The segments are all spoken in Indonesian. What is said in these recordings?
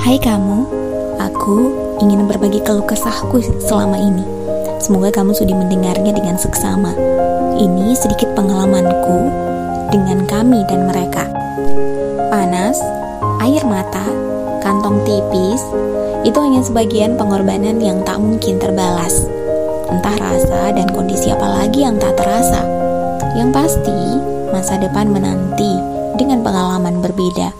Hai kamu, aku ingin berbagi keluh kesahku selama ini. Semoga kamu sudi mendengarnya dengan seksama. Ini sedikit pengalamanku dengan kami dan mereka. Panas, air mata, kantong tipis, itu hanya sebagian pengorbanan yang tak mungkin terbalas. Entah rasa dan kondisi apa lagi yang tak terasa. Yang pasti, masa depan menanti dengan pengalaman berbeda.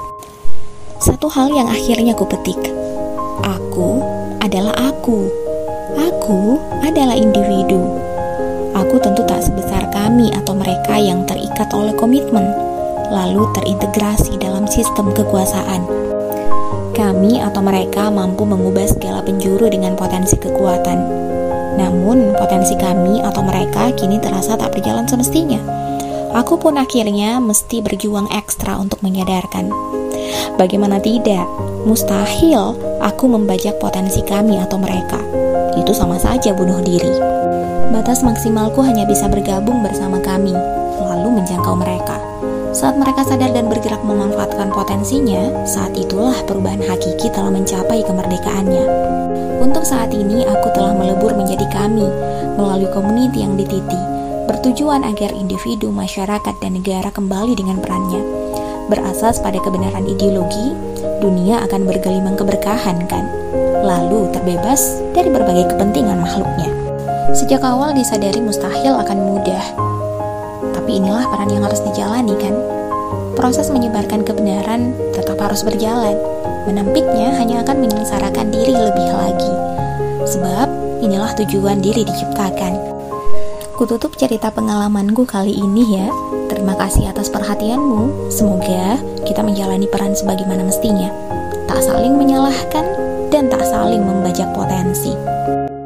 Satu hal yang akhirnya ku petik, aku adalah aku. Aku adalah individu. Aku tentu tak sebesar kami atau mereka yang terikat oleh komitmen, lalu terintegrasi dalam sistem kekuasaan. Kami atau mereka mampu mengubah segala penjuru dengan potensi kekuatan. Namun, potensi kami atau mereka kini terasa tak berjalan semestinya. Aku pun akhirnya mesti berjuang ekstra untuk menyadarkan. Bagaimana tidak, mustahil aku membajak potensi kami atau mereka. Itu sama saja bunuh diri. Batas maksimalku hanya bisa bergabung bersama kami, lalu menjangkau mereka. Saat mereka sadar dan bergerak memanfaatkan potensinya, saat itulah perubahan hakiki telah mencapai kemerdekaannya. Untuk saat ini, aku telah melebur menjadi kami, melalui community yang dititi, bertujuan agar individu, masyarakat, dan negara kembali dengan perannya. Berasas pada kebenaran ideologi, dunia akan bergelimang keberkahan kan? Lalu terbebas dari berbagai kepentingan makhluknya. Sejak awal disadari mustahil akan mudah. Tapi inilah peran yang harus dijalani kan? Proses menyebarkan kebenaran tetap harus berjalan. Menampiknya hanya akan menyengsarakan diri lebih lagi. Sebab inilah tujuan diri diciptakan. Kututup cerita pengalamanku kali ini ya. Terima kasih atas perhatianmu. Semoga kita menjalani peran sebagaimana mestinya. Tak saling menyalahkan dan tak saling membajak potensi.